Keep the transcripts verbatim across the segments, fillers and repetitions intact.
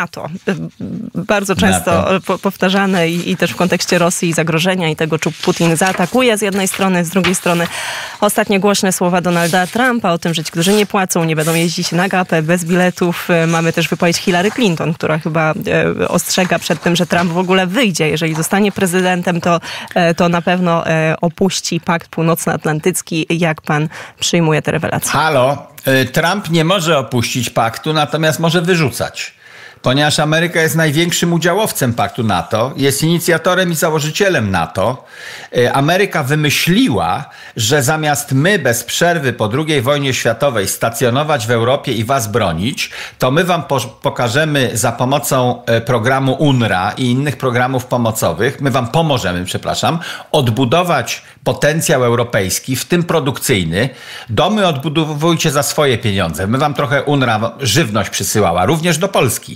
NATO. Bardzo często NATO. powtarzane i, i też w kontekście Rosji i zagrożenia i tego, czy Putin zaatakuje z jednej strony, z drugiej strony ostatnie głośne słowa Donalda Trumpa o tym, że ci, którzy nie płacą, nie będą jeździć na gapę bez biletów. Mamy też wypowiedź Hillary Clinton, która chyba ostrzega przed tym, że Trump w ogóle wyjdzie. Jeżeli zostanie prezydentem, to, to na pewno opuści Pakt Północnoatlantycki. Jak pan przyjmuje te rewelacje? Halo, Trump nie może opuścić paktu, natomiast może wyrzucać. Ponieważ Ameryka jest największym udziałowcem paktu NATO, jest inicjatorem i założycielem NATO. Ameryka wymyśliła, że zamiast my bez przerwy po drugiej wojnie światowej stacjonować w Europie i was bronić, to my wam po- pokażemy za pomocą programu U N R W A i innych programów pomocowych, my wam pomożemy, przepraszam, odbudować potencjał europejski, w tym produkcyjny. Domy odbudowujcie za swoje pieniądze. My wam trochę U N R W A żywność przysyłała, również do Polski.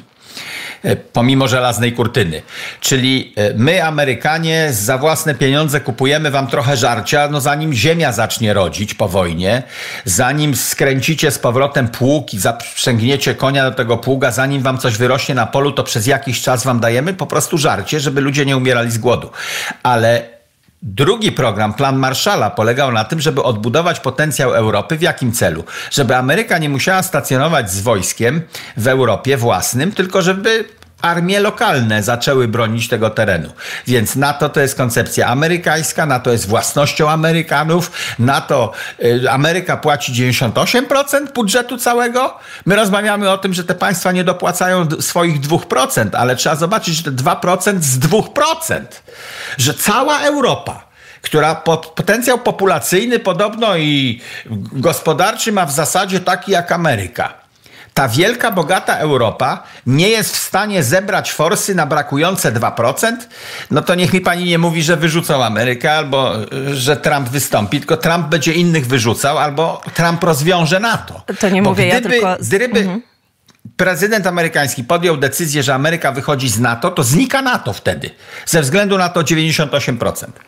Pomimo żelaznej kurtyny. Czyli my, Amerykanie, za własne pieniądze kupujemy wam trochę żarcia, no zanim ziemia zacznie rodzić po wojnie, zanim skręcicie z powrotem pług i zaprzęgniecie konia do tego pługa, zanim wam coś wyrośnie na polu, to przez jakiś czas wam dajemy po prostu żarcie, żeby ludzie nie umierali z głodu. Ale drugi program, plan Marshalla, polegał na tym, żeby odbudować potencjał Europy. W jakim celu? Żeby Ameryka nie musiała stacjonować z wojskiem w Europie własnym, tylko żeby armie lokalne zaczęły bronić tego terenu. Więc NATO to jest koncepcja amerykańska, NATO jest własnością Amerykanów, NATO, y, Ameryka płaci dziewięćdziesiąt osiem procent budżetu całego. My rozmawiamy o tym, że te państwa nie dopłacają d- swoich dwa procent, ale trzeba zobaczyć, że te dwa procent z dwa procent, że cała Europa, która po, potencjał populacyjny podobno i gospodarczy ma w zasadzie taki jak Ameryka. Ta wielka, bogata Europa nie jest w stanie zebrać forsy na brakujące dwa procent, no to niech mi pani nie mówi, że wyrzucą Amerykę albo że Trump wystąpi, tylko Trump będzie innych wyrzucał albo Trump rozwiąże NATO. To nie Bo mówię, gdyby, ja tylko... Gdyby mhm. prezydent amerykański podjął decyzję, że Ameryka wychodzi z NATO, to znika NATO wtedy. Ze względu na to dziewięćdziesiąt osiem procent.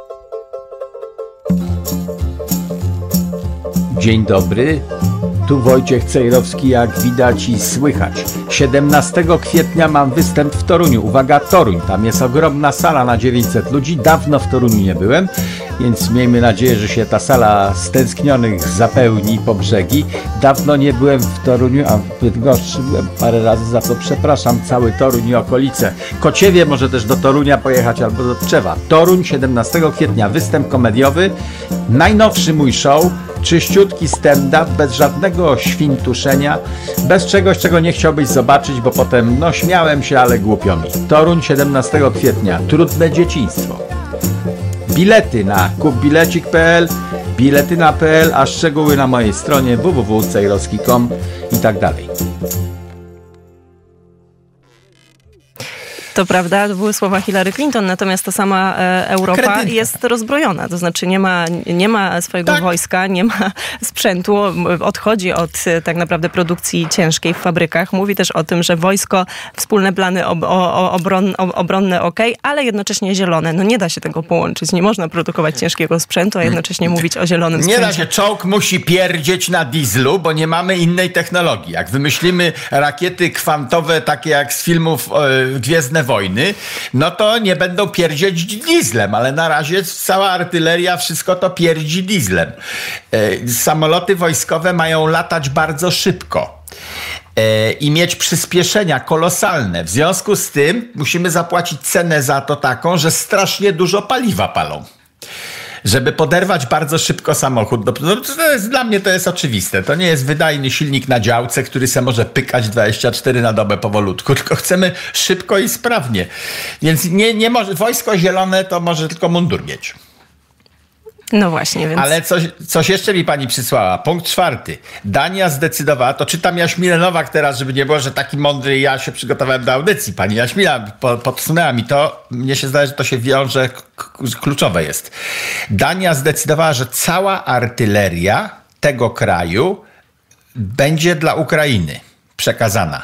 Dzień dobry, tu Wojciech Cejrowski, jak widać i słychać. siedemnastego kwietnia mam występ w Toruniu. Uwaga, Toruń, tam jest ogromna sala na dziewięćset ludzi. Dawno w Toruniu nie byłem, więc miejmy nadzieję, że się ta sala stęsknionych zapełni po brzegi. Dawno nie byłem w Toruniu, a w Bydgoszczy byłem parę razy, za co przepraszam cały Toruń i okolice. Kociewie może też do Torunia pojechać albo do Tczewa. Toruń, siedemnastego kwietnia, występ komediowy. Najnowszy mój show, czyściutki stand-up, bez żadnego świntuszenia, bez czegoś, czego nie chciałbyś zobaczyć, bo potem, no śmiałem się, ale głupio mi. Toruń, siedemnastego kwietnia, trudne dzieciństwo. Bilety na kupbilecik kropka pe el, biletyna kropka pe el, a szczegóły na mojej stronie w w w kropka cejrowski kropka com i tak dalej. To prawda, to były słowa Hillary Clinton, natomiast ta sama e, Europa Kredytka. jest rozbrojona, to znaczy nie ma, nie ma swojego tak. wojska, nie ma sprzętu, odchodzi od e, tak naprawdę produkcji ciężkiej w fabrykach. Mówi też o tym, że wojsko, wspólne plany ob, o, obron, obronne okej, ale jednocześnie zielone. No nie da się tego połączyć, nie można produkować ciężkiego sprzętu, a jednocześnie mówić o zielonym sprzęcie. Nie da się, czołg musi pierdzieć na dieslu, bo nie mamy innej technologii. Jak wymyślimy rakiety kwantowe, takie jak z filmów e, Gwiezdne Wojny, no to nie będą pierdzieć dieslem, ale na razie cała artyleria, wszystko to pierdzi dieslem. E, samoloty wojskowe mają latać bardzo szybko e, i mieć przyspieszenia kolosalne. W związku z tym musimy zapłacić cenę za to taką, że strasznie dużo paliwa palą. Żeby poderwać bardzo szybko samochód. No, to jest, dla mnie to jest oczywiste. To nie jest wydajny silnik na działce, który se może pykać dwadzieścia cztery na dobę powolutku, tylko chcemy szybko i sprawnie. Więc nie, nie może, wojsko zielone to może tylko mundur mieć. No właśnie, więc... Ale coś, coś jeszcze mi pani przysłała. Punkt czwarty. Dania zdecydowała, to czytam Jaśminę Nowak teraz, żeby nie było, że taki mądry ja się przygotowałem do audycji. Pani Jaśmina podsunęła mi to. Mnie się zdaje, że to się wiąże, kluczowe jest. Dania zdecydowała, że cała artyleria tego kraju będzie dla Ukrainy przekazana.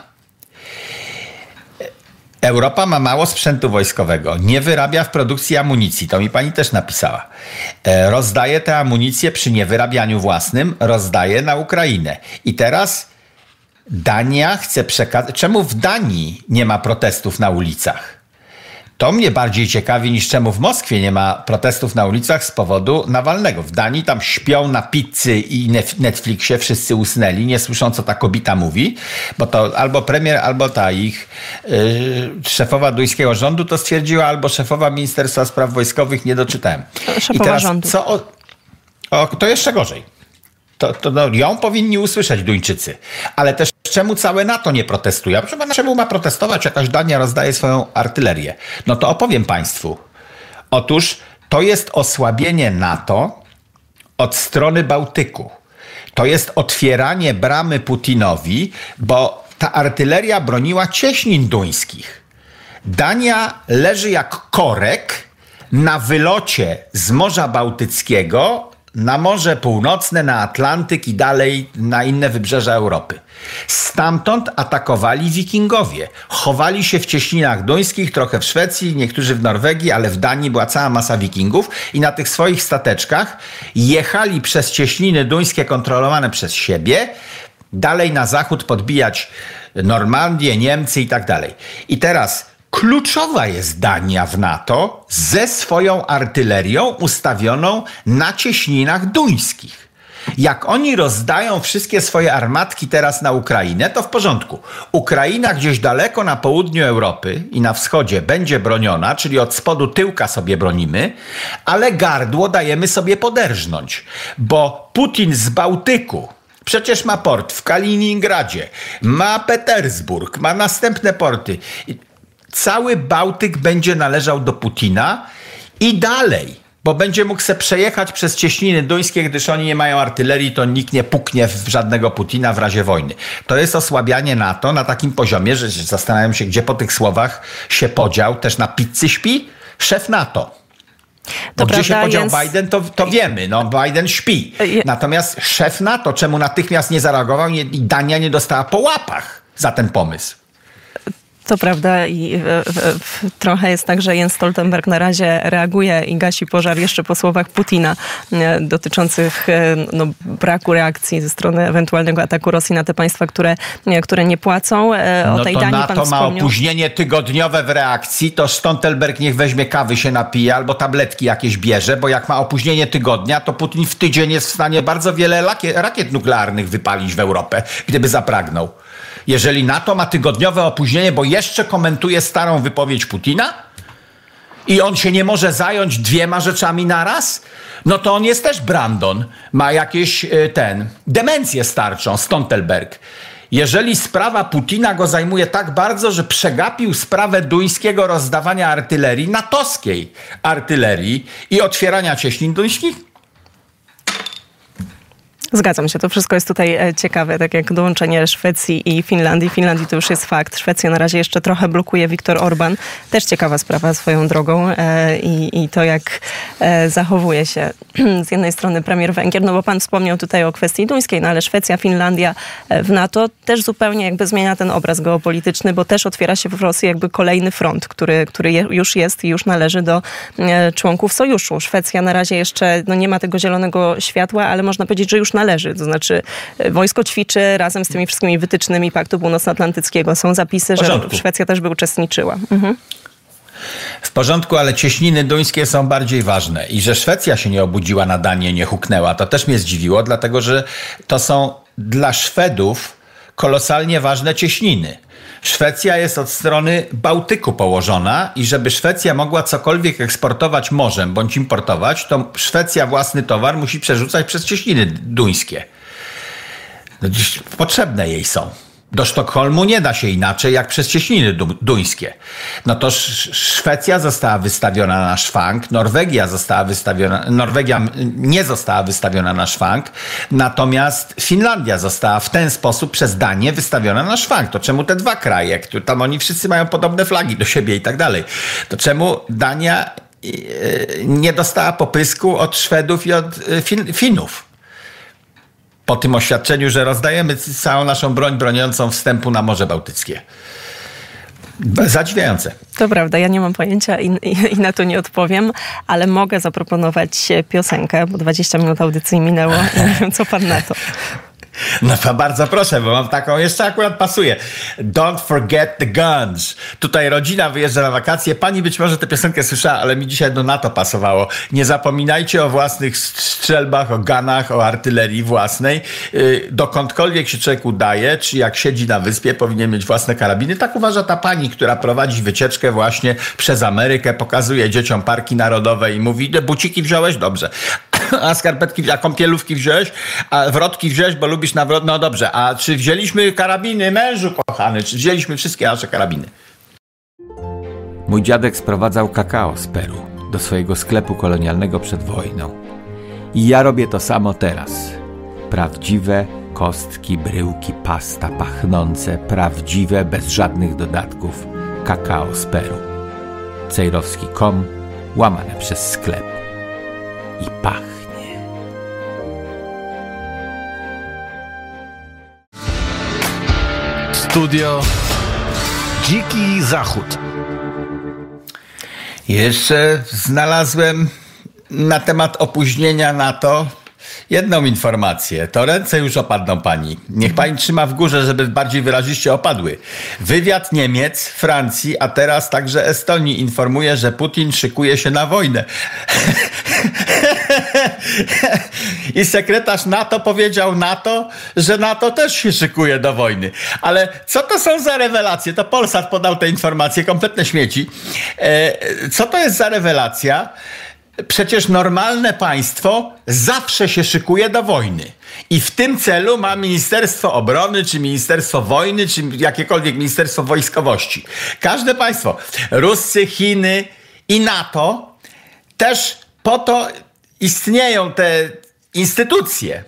Europa ma mało sprzętu wojskowego, nie wyrabia w produkcji amunicji, to mi pani też napisała. Rozdaje tę amunicję przy niewyrabianiu własnym, rozdaje na Ukrainę. I teraz Dania chce przekazać... Czemu w Danii nie ma protestów na ulicach? To mnie bardziej ciekawi niż czemu w Moskwie nie ma protestów na ulicach z powodu Nawalnego. W Danii tam śpią na pizzy i Netflixie, wszyscy usnęli, nie słyszą co ta kobieta mówi, bo to albo premier, albo ta ich yy, szefowa duńskiego rządu to stwierdziła, albo szefowa Ministerstwa Spraw Wojskowych, nie doczytałem. Szefowa I teraz rządu. co... O, o, to jeszcze gorzej. To, to no, ją powinni usłyszeć Duńczycy. Ale też czemu całe NATO nie protestuje? Proszę pana, czemu ma protestować? Jakaś Dania rozdaje swoją artylerię. No to opowiem państwu. Otóż to jest osłabienie NATO od strony Bałtyku. To jest otwieranie bramy Putinowi, bo ta artyleria broniła cieśnin duńskich. Dania leży jak korek na wylocie z Morza Bałtyckiego na Morze Północne, na Atlantyk i dalej na inne wybrzeża Europy. Stamtąd atakowali wikingowie. Chowali się w cieśninach duńskich, trochę w Szwecji, niektórzy w Norwegii, ale w Danii była cała masa wikingów i na tych swoich stateczkach jechali przez cieśniny duńskie kontrolowane przez siebie, dalej na zachód podbijać Normandię, Niemcy i tak dalej. I teraz kluczowa jest Dania w NATO ze swoją artylerią ustawioną na cieśninach duńskich. Jak oni rozdają wszystkie swoje armatki teraz na Ukrainę, to w porządku. Ukraina gdzieś daleko na południu Europy i na wschodzie będzie broniona, czyli od spodu tyłka sobie bronimy, ale gardło dajemy sobie poderżnąć, bo Putin z Bałtyku przecież ma port w Kaliningradzie, ma Petersburg, ma następne porty. Cały Bałtyk będzie należał do Putina i dalej, bo będzie mógł se przejechać przez cieśniny duńskie, gdyż oni nie mają artylerii, to nikt nie puknie w żadnego Putina w razie wojny. To jest osłabianie NATO na takim poziomie, że zastanawiam się, gdzie po tych słowach się podział, też na pizzy śpi szef NATO. Bo gdzie się podział Jens... Biden, to, to wiemy. No, Biden śpi. Natomiast szef NATO, czemu natychmiast nie zareagował i Dania nie dostała po łapach za ten pomysł? To prawda i w, w, trochę jest tak, że Jens Stoltenberg na razie reaguje i gasi pożar jeszcze po słowach Putina e, dotyczących e, no, braku reakcji ze strony ewentualnego ataku Rosji na te państwa, które, nie, które nie płacą. E, o no tej to Danii NATO pan ma wspomniał. Opóźnienie tygodniowe w reakcji, to Stoltenberg niech weźmie kawy, się napije albo tabletki jakieś bierze, bo jak ma opóźnienie tygodnia, to Putin w tydzień jest w stanie bardzo wiele lakiet, rakiet nuklearnych wypalić w Europę, gdyby zapragnął. Jeżeli NATO ma tygodniowe opóźnienie, bo jeszcze komentuje starą wypowiedź Putina i on się nie może zająć dwiema rzeczami naraz, no to on jest też Brandon. Ma jakieś ten, demencję starczą, Stoltenberg. Jeżeli sprawa Putina go zajmuje tak bardzo, że przegapił sprawę duńskiego rozdawania artylerii, natowskiej artylerii i otwierania cieśnin duńskich, Zgadzam się, to wszystko jest tutaj ciekawe, tak jak dołączenie Szwecji i Finlandii. Finlandii to już jest fakt. Szwecja na razie jeszcze trochę blokuje Viktor Orban. Też ciekawa sprawa swoją drogą e, i, i to, jak e, zachowuje się z jednej strony premier Węgier, no bo pan wspomniał tutaj o kwestii duńskiej, no ale Szwecja, Finlandia w NATO też zupełnie jakby zmienia ten obraz geopolityczny, bo też otwiera się w Rosji jakby kolejny front, który, który je, już jest i już należy do e, członków sojuszu. Szwecja na razie jeszcze no nie ma tego zielonego światła, ale można powiedzieć, że już należy. To znaczy wojsko ćwiczy razem z tymi wszystkimi wytycznymi Paktu Północnoatlantyckiego. Są zapisy, że Szwecja też by uczestniczyła. Mhm. W porządku, ale cieśniny duńskie są bardziej ważne. I że Szwecja się nie obudziła na Danię, nie huknęła, to też mnie zdziwiło, dlatego że to są dla Szwedów kolosalnie ważne cieśniny. Szwecja jest od strony Bałtyku położona i żeby Szwecja mogła cokolwiek eksportować morzem bądź importować, to Szwecja własny towar musi przerzucać przez cieśniny duńskie. Potrzebne jej są. Do Sztokholmu nie da się inaczej jak przez cieśniny du- duńskie. No to Sz- Szwecja została wystawiona na szwank, Norwegia została wystawiona, Norwegia nie została wystawiona na szwank, natomiast Finlandia została w ten sposób przez Danię wystawiona na szwank. To czemu te dwa kraje, które tam oni wszyscy mają podobne flagi do siebie i tak dalej, to czemu Dania nie dostała popysku od Szwedów i od fin- Finów? Po tym oświadczeniu, że rozdajemy całą naszą broń broniącą wstępu na Morze Bałtyckie. Zadziwiające. To prawda, ja nie mam pojęcia i, i, i na to nie odpowiem, ale mogę zaproponować piosenkę, bo dwadzieścia minut audycji minęło. Nie wiem, co pan na to. No to bardzo proszę, bo mam taką, jeszcze akurat pasuje. Don't forget the guns. Tutaj rodzina wyjeżdża na wakacje. Pani być może tę piosenkę słyszała, ale mi dzisiaj do NATO pasowało. Nie zapominajcie o własnych strzelbach, o gunach, o artylerii własnej. Dokądkolwiek się człowiek udaje, czy jak siedzi na wyspie, powinien mieć własne karabiny. Tak uważa ta pani, która prowadzi wycieczkę właśnie przez Amerykę, pokazuje dzieciom parki narodowe i mówi, buciki wziąłeś? Dobrze. A skarpetki, a kąpielówki wziąłeś? A wrotki wziąłeś, bo lubisz na wrot? No dobrze. A czy wzięliśmy karabiny, mężu kochany? Czy wzięliśmy wszystkie nasze karabiny? Mój dziadek sprowadzał kakao z Peru do swojego sklepu kolonialnego przed wojną. I ja robię to samo teraz. Prawdziwe kostki, bryłki, pasta pachnące, prawdziwe, bez żadnych dodatków, kakao z Peru. cejrowski kropka com, łamane przez sklep. I pachnie. Studio Dziki Zachód. Jeszcze znalazłem na temat opóźnienia NATO jedną informację. To ręce już opadną pani. Niech pani trzyma w górze, żeby bardziej wyraziście opadły. Wywiad Niemiec, Francji, a teraz także Estonii informuje, że Putin szykuje się na wojnę. I sekretarz NATO powiedział NATO, że NATO też się szykuje do wojny. Ale co to są za rewelacje? To Polsat podał te informacje, kompletne śmieci. Co to jest za rewelacja? Przecież normalne państwo zawsze się szykuje do wojny. I w tym celu ma Ministerstwo Obrony, czy Ministerstwo Wojny, czy jakiekolwiek Ministerstwo Wojskowości. Każde państwo, Ruscy, Chiny i NATO, też po to istnieją te instytucje.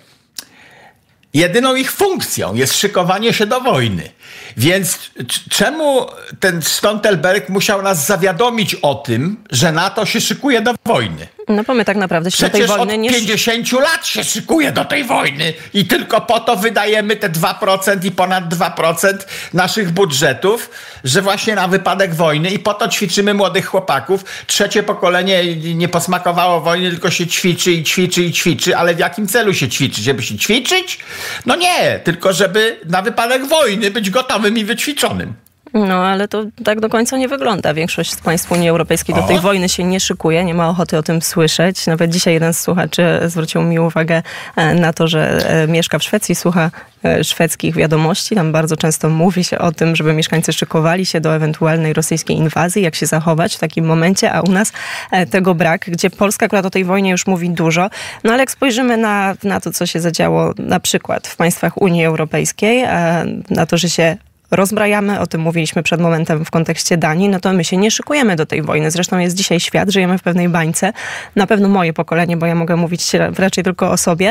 Jedyną ich funkcją jest szykowanie się do wojny. Więc czemu ten Stoltenberg musiał nas zawiadomić o tym, że NATO się szykuje do wojny? No bo my tak naprawdę się do tej Przecież wojny od nie... pięćdziesięciu lat się szykuje do tej wojny i tylko po to wydajemy te dwa procent i ponad dwa procent naszych budżetów, że właśnie na wypadek wojny i po to ćwiczymy młodych chłopaków. Trzecie pokolenie nie posmakowało wojny, tylko się ćwiczy i ćwiczy i ćwiczy, ale w jakim celu się ćwiczy? Żeby się ćwiczyć? No nie, tylko żeby na wypadek wojny być gotowym i wyćwiczonym. No, ale to tak do końca nie wygląda. Większość z państw Unii Europejskiej do tej wojny się nie szykuje, nie ma ochoty o tym słyszeć. Nawet dzisiaj jeden z słuchaczy zwrócił mi uwagę na to, że mieszka w Szwecji, słucha szwedzkich wiadomości. Tam bardzo często mówi się o tym, żeby mieszkańcy szykowali się do ewentualnej rosyjskiej inwazji, jak się zachować w takim momencie, a u nas tego brak, gdzie Polska akurat o tej wojnie już mówi dużo. No ale jak spojrzymy na, na to, co się zadziało na przykład w państwach Unii Europejskiej, na to, że się rozbrajamy, o tym mówiliśmy przed momentem w kontekście Danii, no to my się nie szykujemy do tej wojny. Zresztą jest dzisiaj świat, żyjemy w pewnej bańce, na pewno moje pokolenie, bo ja mogę mówić raczej tylko o sobie,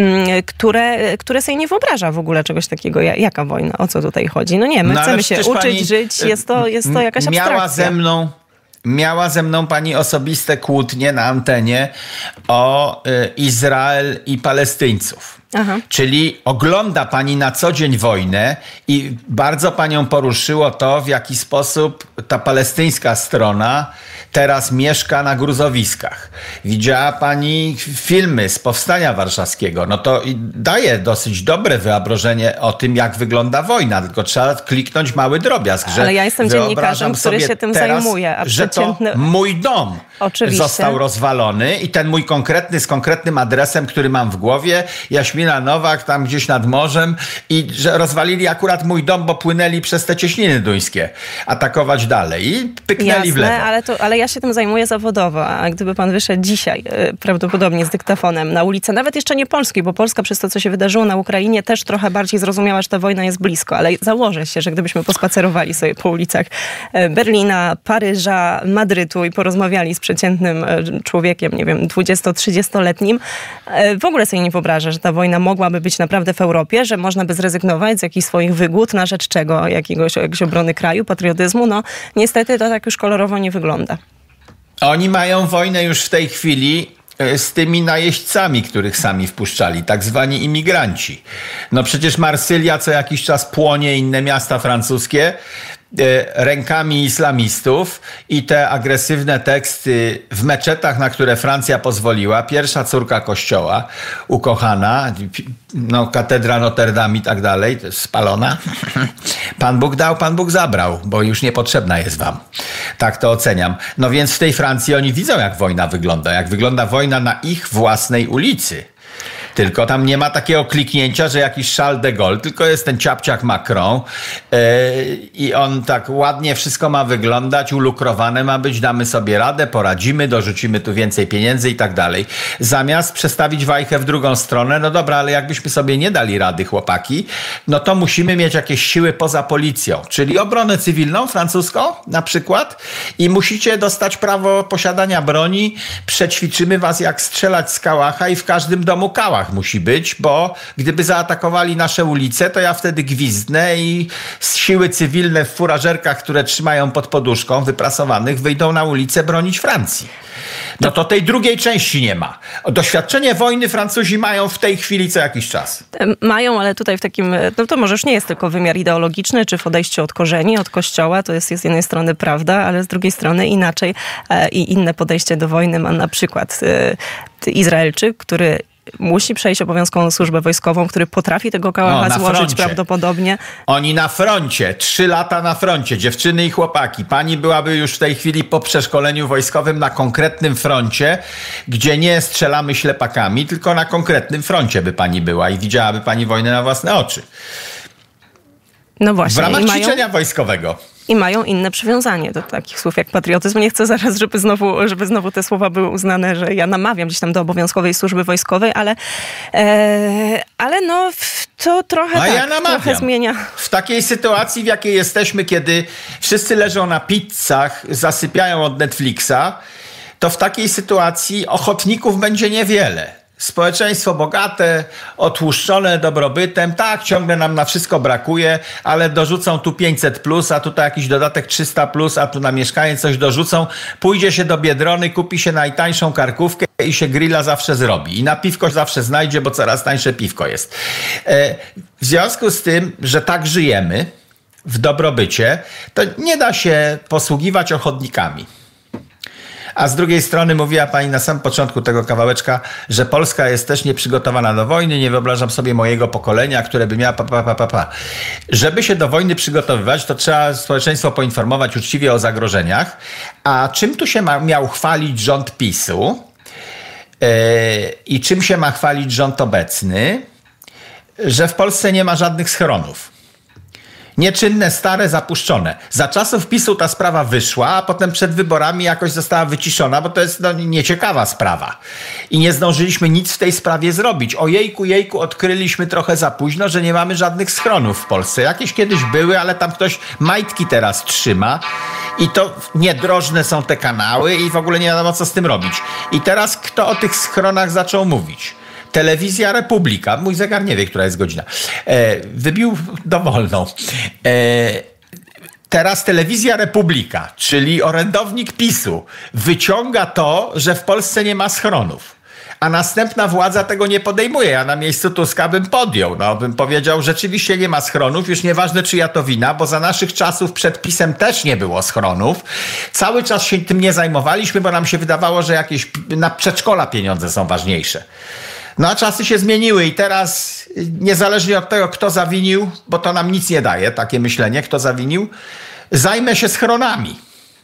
które, które sobie nie wyobraża w ogóle czegoś takiego. Jaka wojna? O co tutaj chodzi? No nie, my no, chcemy się uczyć, pani, żyć, jest to, jest to jakaś abstrakcja. Miała ze mną Miała ze mną pani osobiste kłótnie na antenie o y, Izrael i Palestyńców. Aha. Czyli ogląda pani na co dzień wojnę i bardzo panią poruszyło to, w jaki sposób ta palestyńska strona teraz mieszka na gruzowiskach. Widziała pani filmy z Powstania Warszawskiego. No to daje dosyć dobre wyobrażenie o tym, jak wygląda wojna. Tylko trzeba kliknąć mały drobiazg. Że ale ja jestem dziennikarzem, który się tym teraz, zajmuje. A że przeciętny... to mój dom Oczywiście. został rozwalony i ten mój konkretny, z konkretnym adresem, który mam w głowie, Jaśmina Nowak, tam gdzieś nad morzem, i że rozwalili akurat mój dom, bo płynęli przez te cieśniny duńskie atakować dalej i pyknęli Jasne, w lewo. Ale, to, ale ja się tym zajmuję zawodowo, a gdyby pan wyszedł dzisiaj prawdopodobnie z dyktafonem na ulicę, nawet jeszcze nie Polski, bo Polska przez to, co się wydarzyło na Ukrainie, też trochę bardziej zrozumiała, że ta wojna jest blisko, ale założę się, że gdybyśmy pospacerowali sobie po ulicach Berlina, Paryża, Madrytu i porozmawiali z przeciętnym człowiekiem, nie wiem, dwudziesto-trzydziestoletnim, w ogóle sobie nie wyobrażę, że ta wojna mogłaby być naprawdę w Europie, że można by zrezygnować z jakichś swoich wygód na rzecz czego? Jakiegoś, jakiejś obrony kraju, patriotyzmu? No niestety to tak już kolorowo nie wygląda. Oni mają wojnę już w tej chwili z tymi najeźdźcami, których sami wpuszczali, tak zwani imigranci. No przecież Marsylia co jakiś czas płonie, inne miasta francuskie. rękami islamistów i te agresywne teksty w meczetach, na które Francja pozwoliła. Pierwsza córka kościoła, ukochana, no, katedra Notre Dame i tak dalej, to jest spalona. Pan Bóg dał, Pan Bóg zabrał, bo już niepotrzebna jest wam. Tak to oceniam. No więc w tej Francji oni widzą, jak wojna wygląda, jak wygląda wojna na ich własnej ulicy. Tylko tam nie ma takiego kliknięcia, że jakiś Charles de Gaulle, tylko jest ten ciapciak Macron yy, i on tak ładnie wszystko ma wyglądać, ulukrowane ma być, damy sobie radę, poradzimy, dorzucimy tu więcej pieniędzy i tak dalej. Zamiast przestawić wajchę w drugą stronę, no dobra, ale jakbyśmy sobie nie dali rady, chłopaki, no to musimy mieć jakieś siły poza policją, czyli obronę cywilną francuską na przykład i musicie dostać prawo posiadania broni, przećwiczymy was jak strzelać z kałacha i w każdym domu kałach musi być, bo gdyby zaatakowali nasze ulice, to ja wtedy gwizdnę i siły cywilne w furażerkach, które trzymają pod poduszką, wyprasowanych, wyjdą na ulicę bronić Francji. No to tej drugiej części nie ma. Doświadczenie wojny Francuzi mają w tej chwili co jakiś czas. Mają, ale tutaj w takim, no to może już nie jest tylko wymiar ideologiczny, czy w odejściu od korzeni, od kościoła, to jest, jest z jednej strony prawda, ale z drugiej strony inaczej e, i inne podejście do wojny ma na przykład e, Izraelczyk, który musi przejść obowiązkową służbę wojskową, który potrafi tego kałacha no, złożyć froncie. Prawdopodobnie. Oni na froncie, trzy lata na froncie, dziewczyny i chłopaki. Pani byłaby już w tej chwili po przeszkoleniu wojskowym na konkretnym froncie, gdzie nie strzelamy ślepakami, tylko na konkretnym froncie by pani była i widziałaby pani wojnę na własne oczy. No właśnie. W ramach I mają... ćwiczenia wojskowego. I mają inne przywiązanie do takich słów jak patriotyzm. Nie chcę zaraz, żeby znowu, żeby znowu te słowa były uznane, że ja namawiam gdzieś tam do obowiązkowej służby wojskowej, ale, e, ale no to trochę, A tak, ja namawiam. trochę zmienia. W takiej sytuacji, w jakiej jesteśmy, kiedy wszyscy leżą na pizzach, zasypiają od Netflixa, to w takiej sytuacji ochotników będzie niewiele. Społeczeństwo bogate, otłuszczone dobrobytem, tak, ciągle nam na wszystko brakuje, ale dorzucą tu pięćset plus, a tutaj jakiś dodatek trzysta plus, a tu na mieszkanie coś dorzucą. Pójdzie się do Biedrony, kupi się najtańszą karkówkę i się grilla zawsze zrobi. I na piwko zawsze znajdzie, bo coraz tańsze piwko jest. W związku z tym, że tak żyjemy w dobrobycie, to nie da się posługiwać ochotnikami. A z drugiej strony mówiła pani na samym początku tego kawałeczka, że Polska jest też nieprzygotowana do wojny. Nie wyobrażam sobie mojego pokolenia, które by miało pa, pa, pa, pa, pa. Żeby się do wojny przygotowywać, to trzeba społeczeństwo poinformować uczciwie o zagrożeniach. A czym tu się ma, miał chwalić rząd PiSu yy, i czym się ma chwalić rząd obecny, że w Polsce nie ma żadnych schronów. Nieczynne, stare, zapuszczone. Za czasów PiSu ta sprawa wyszła, a potem przed wyborami jakoś została wyciszona, bo to jest no, nieciekawa sprawa. I nie zdążyliśmy nic w tej sprawie zrobić. O jejku, jejku, odkryliśmy trochę za późno, że nie mamy żadnych schronów w Polsce. Jakieś kiedyś były, ale tam ktoś majtki teraz trzyma i to niedrożne są te kanały i w ogóle nie wiadomo, co z tym robić. I teraz kto o tych schronach zaczął mówić? Telewizja Republika, mój zegar nie wie, która jest godzina, e, wybił dowolną. E, teraz Telewizja Republika, czyli orędownik PiSu, wyciąga to, że w Polsce nie ma schronów. A następna władza tego nie podejmuje. Ja na miejscu Tuska bym podjął. No, bym powiedział, rzeczywiście nie ma schronów. Już nieważne, czyja to wina, bo za naszych czasów przed PiSem też nie było schronów. Cały czas się tym nie zajmowaliśmy, bo nam się wydawało, że jakieś na przedszkola pieniądze są ważniejsze. No a czasy się zmieniły i teraz niezależnie od tego, kto zawinił, bo to nam nic nie daje, takie myślenie, kto zawinił, zajmę się schronami,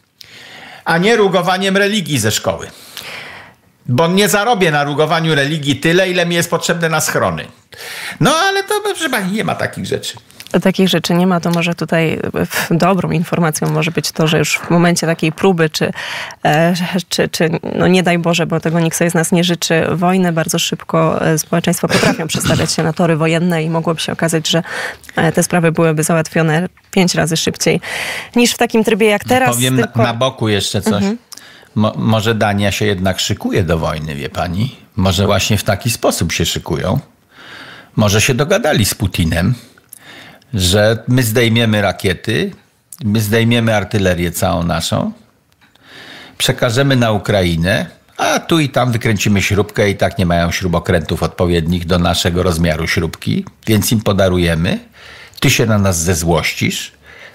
a nie rugowaniem religii ze szkoły. Bo nie zarobię na rugowaniu religii tyle, ile mi jest potrzebne na schrony. No ale to, proszę pani, nie ma takich rzeczy. Takich rzeczy nie ma, to może tutaj dobrą informacją może być to, że już w momencie takiej próby, czy, czy, czy no nie daj Boże, bo tego nikt sobie z nas nie życzy, wojny, bardzo szybko społeczeństwa potrafią przestawiać się na tory wojenne i mogłoby się okazać, że te sprawy byłyby załatwione pięć razy szybciej niż w takim trybie jak teraz. Powiem tylko... na, na boku jeszcze coś. Mhm. Mo, może Dania się jednak szykuje do wojny, wie pani? Może właśnie w taki sposób się szykują. Może się dogadali z Putinem, że my zdejmiemy rakiety, my zdejmiemy artylerię całą naszą, przekażemy na Ukrainę, a tu i tam wykręcimy śrubkę i tak nie mają śrubokrętów odpowiednich do naszego rozmiaru śrubki, więc im podarujemy. Ty się na nas zezłościsz,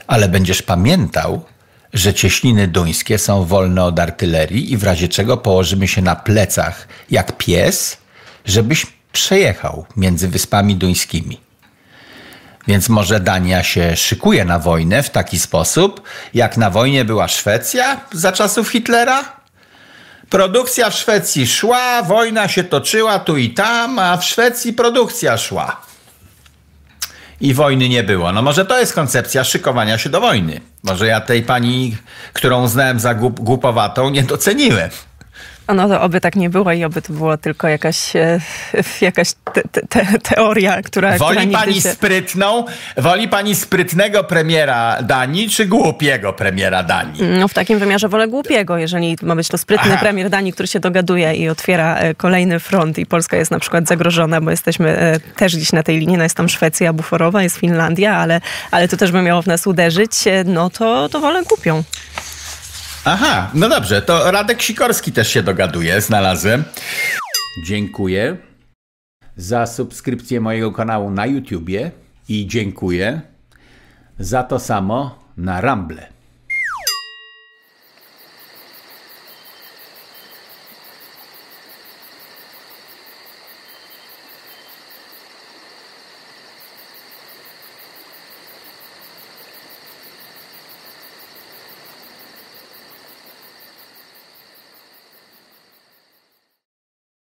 Ale będziesz pamiętał, że cieśniny duńskie są wolne od artylerii i w razie czego położymy się na plecach jak pies, żebyś przejechał między wyspami duńskimi. Więc może Dania się szykuje na wojnę w taki sposób, jak na wojnie była Szwecja za czasów Hitlera? Produkcja w Szwecji szła, wojna się toczyła tu i tam, a w Szwecji produkcja szła. I wojny nie było. No może to jest koncepcja szykowania się do wojny. Może ja tej pani, którą znałem za głup, głupowatą, nie doceniłem. No to oby tak nie było i oby to była tylko jakaś, e, jakaś te, te, te, teoria, która... Woli która pani się... sprytną, woli pani sprytnego premiera Danii, czy głupiego premiera Danii? No w takim wymiarze wolę głupiego, jeżeli ma być to sprytny Aha. premier Danii, który się dogaduje i otwiera e, kolejny front i Polska jest na przykład zagrożona, bo jesteśmy e, też gdzieś na tej linii, no jest tam Szwecja buforowa, jest Finlandia, ale, ale to też by miało w nas uderzyć, e, no to, to wolę głupią. Aha, no dobrze, to Radek Sikorski też się dogaduje, znalazłem. Dziękuję za subskrypcję mojego kanału na YouTubie i dziękuję za to samo na Rumble.